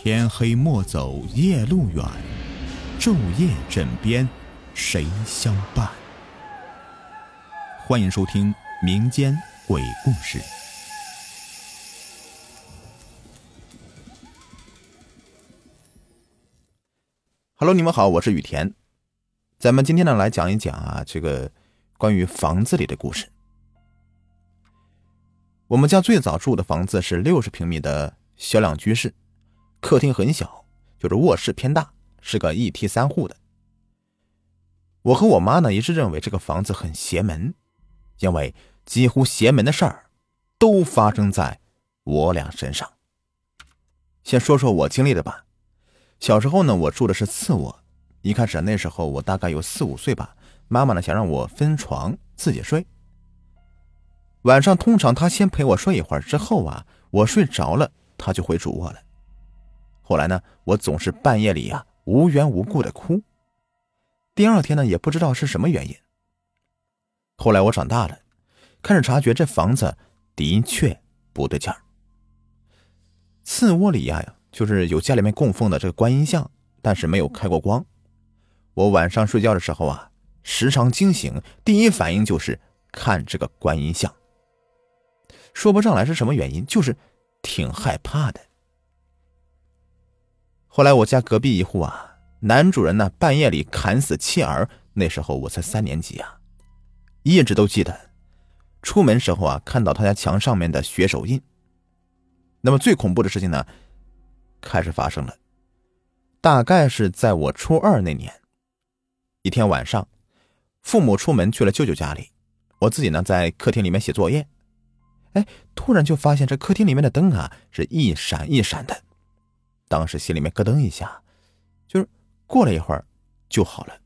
天黑莫走夜路远，昼夜枕边谁相伴？欢迎收听民间鬼故事。Hello， 你们好，我是雨田。咱们今天呢来讲一讲这个关于房子里的故事。我们家最早住的房子是60平米的小两居室，客厅很小，就是卧室偏大，是个一梯3户的。我和我妈呢一直认为这个房子很邪门，因为几乎邪门的事儿都发生在我俩身上。先说说我经历的吧。小时候呢，我住的是次卧，一开始那时候我大概有4、5岁吧，妈妈呢想让我分床自己睡。晚上通常她先陪我睡一会儿之后我睡着了，她就回主卧了。后来呢，我总是半夜里无缘无故的哭。第二天呢，也不知道是什么原因。后来我长大了，开始察觉这房子的确不对劲儿。次卧里就是有家里面供奉的这个观音像，但是没有开过光。我晚上睡觉的时候时常惊醒，第一反应就是看这个观音像。说不上来是什么原因，就是挺害怕的。后来我家隔壁一户男主人呢半夜里砍死妻儿，那时候我才3年级一直都记得。出门时候看到他家墙上面的血手印。那么最恐怖的事情呢开始发生了，大概是在我初2那年。一天晚上，父母出门去了舅舅家里，我自己呢在客厅里面写作业。突然就发现这客厅里面的灯是一闪一闪的，当时心里面咯噔一下，就是过了一会儿就好了。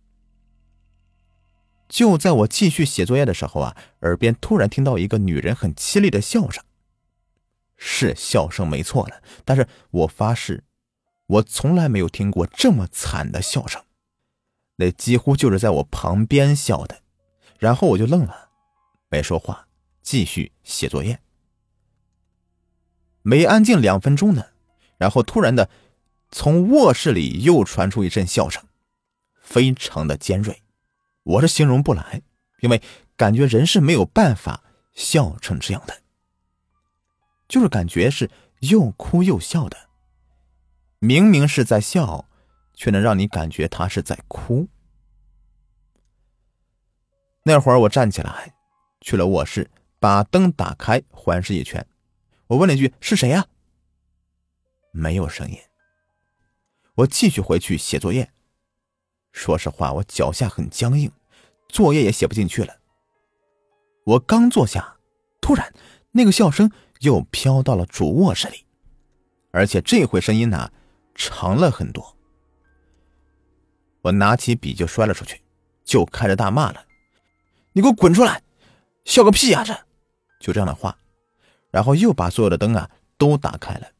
就在我继续写作业的时候耳边突然听到一个女人很凄厉的笑声。是笑声没错了，但是我发誓我从来没有听过这么惨的笑声，那几乎就是在我旁边笑的。然后我就愣了，没说话，继续写作业。没安静2分钟呢，然后突然的从卧室里又传出一阵笑声，非常的尖锐，我是形容不来，因为感觉人是没有办法笑成这样的，就是感觉是又哭又笑的，明明是在笑，却能让你感觉他是在哭。那会儿我站起来去了卧室，把灯打开，环视一圈。我问了一句：是谁呀？没有声音。我继续回去写作业。说实话，我脚下很僵硬，作业也写不进去了。我刚坐下，突然那个笑声又飘到了主卧室里，而且这回声音长了很多。我拿起笔就摔了出去，就开着大骂了：你给我滚出来，笑个屁这就这样的话。然后又把所有的灯都打开了。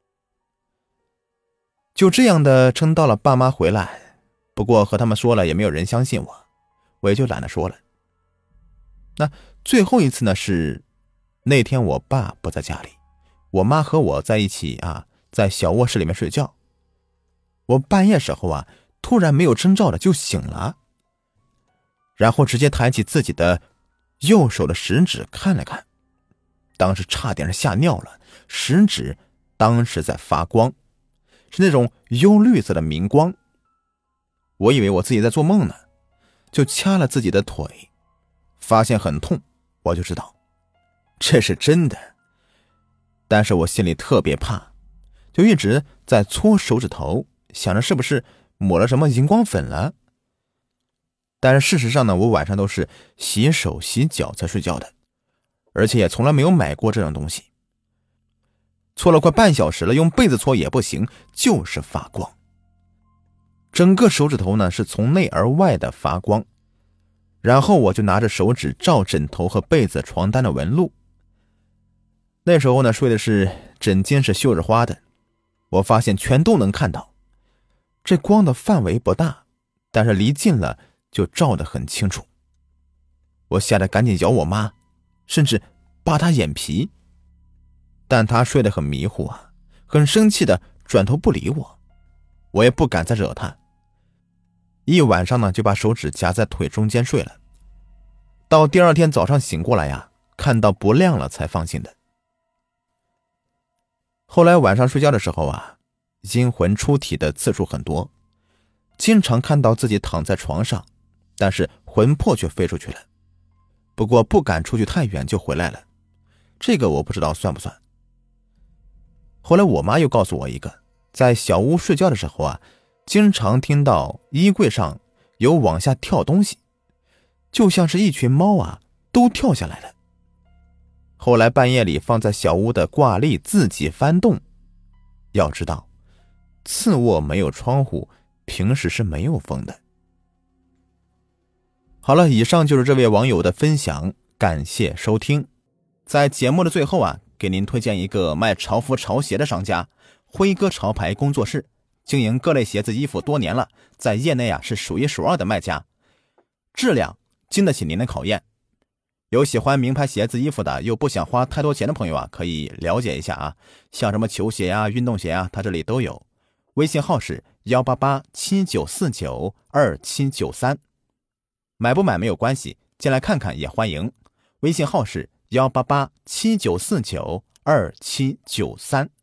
就这样的撑到了爸妈回来，不过和他们说了也没有人相信我，我也就懒得说了。那最后一次呢，是那天我爸不在家里，我妈和我在一起在小卧室里面睡觉。我半夜时候突然没有征兆的就醒了，然后直接抬起自己的右手的食指看了看，当时差点吓尿了，食指当时在发光，是那种幽绿色的明光。我以为我自己在做梦呢，就掐了自己的腿，发现很痛，我就知道这是真的。但是我心里特别怕，就一直在搓手指头，想着是不是抹了什么荧光粉了。但是事实上呢，我晚上都是洗手洗脚才睡觉的，而且也从来没有买过这种东西。搓了快半小时了，用被子搓也不行，就是发光。整个手指头呢是从内而外的发光。然后我就拿着手指照枕头和被子床单的纹路。那时候呢睡的是枕巾是绣着花的，我发现全都能看到。这光的范围不大，但是离近了就照得很清楚。我吓得赶紧咬我妈，甚至扒她眼皮。但她睡得很迷糊很生气的转头不理我，我也不敢再惹他。一晚上呢，就把手指夹在腿中间睡了。到第二天早上醒过来呀，看到不亮了才放心的。后来晚上睡觉的时候啊，阴魂出体的次数很多，经常看到自己躺在床上，但是魂魄却飞出去了。不过不敢出去太远就回来了，这个我不知道算不算。后来我妈又告诉我一个，在小屋睡觉的时候啊，经常听到衣柜上有往下跳东西，就像是一群猫啊都跳下来了。后来半夜里放在小屋的挂历自己翻动。要知道次卧没有窗户，平时是没有风的。好了，以上就是这位网友的分享，感谢收听。在节目的最后啊，给您推荐一个卖潮服潮鞋的商家，辉哥潮牌工作室，经营各类鞋子衣服多年了，在业内啊是数一数二的卖家，质量经得起您的考验。有喜欢名牌鞋子衣服的，又不想花太多钱的朋友啊，可以了解一下啊，像什么球鞋啊、运动鞋啊，他这里都有。微信号是18879492793，买不买没有关系，进来看看也欢迎。微信号是18879492793。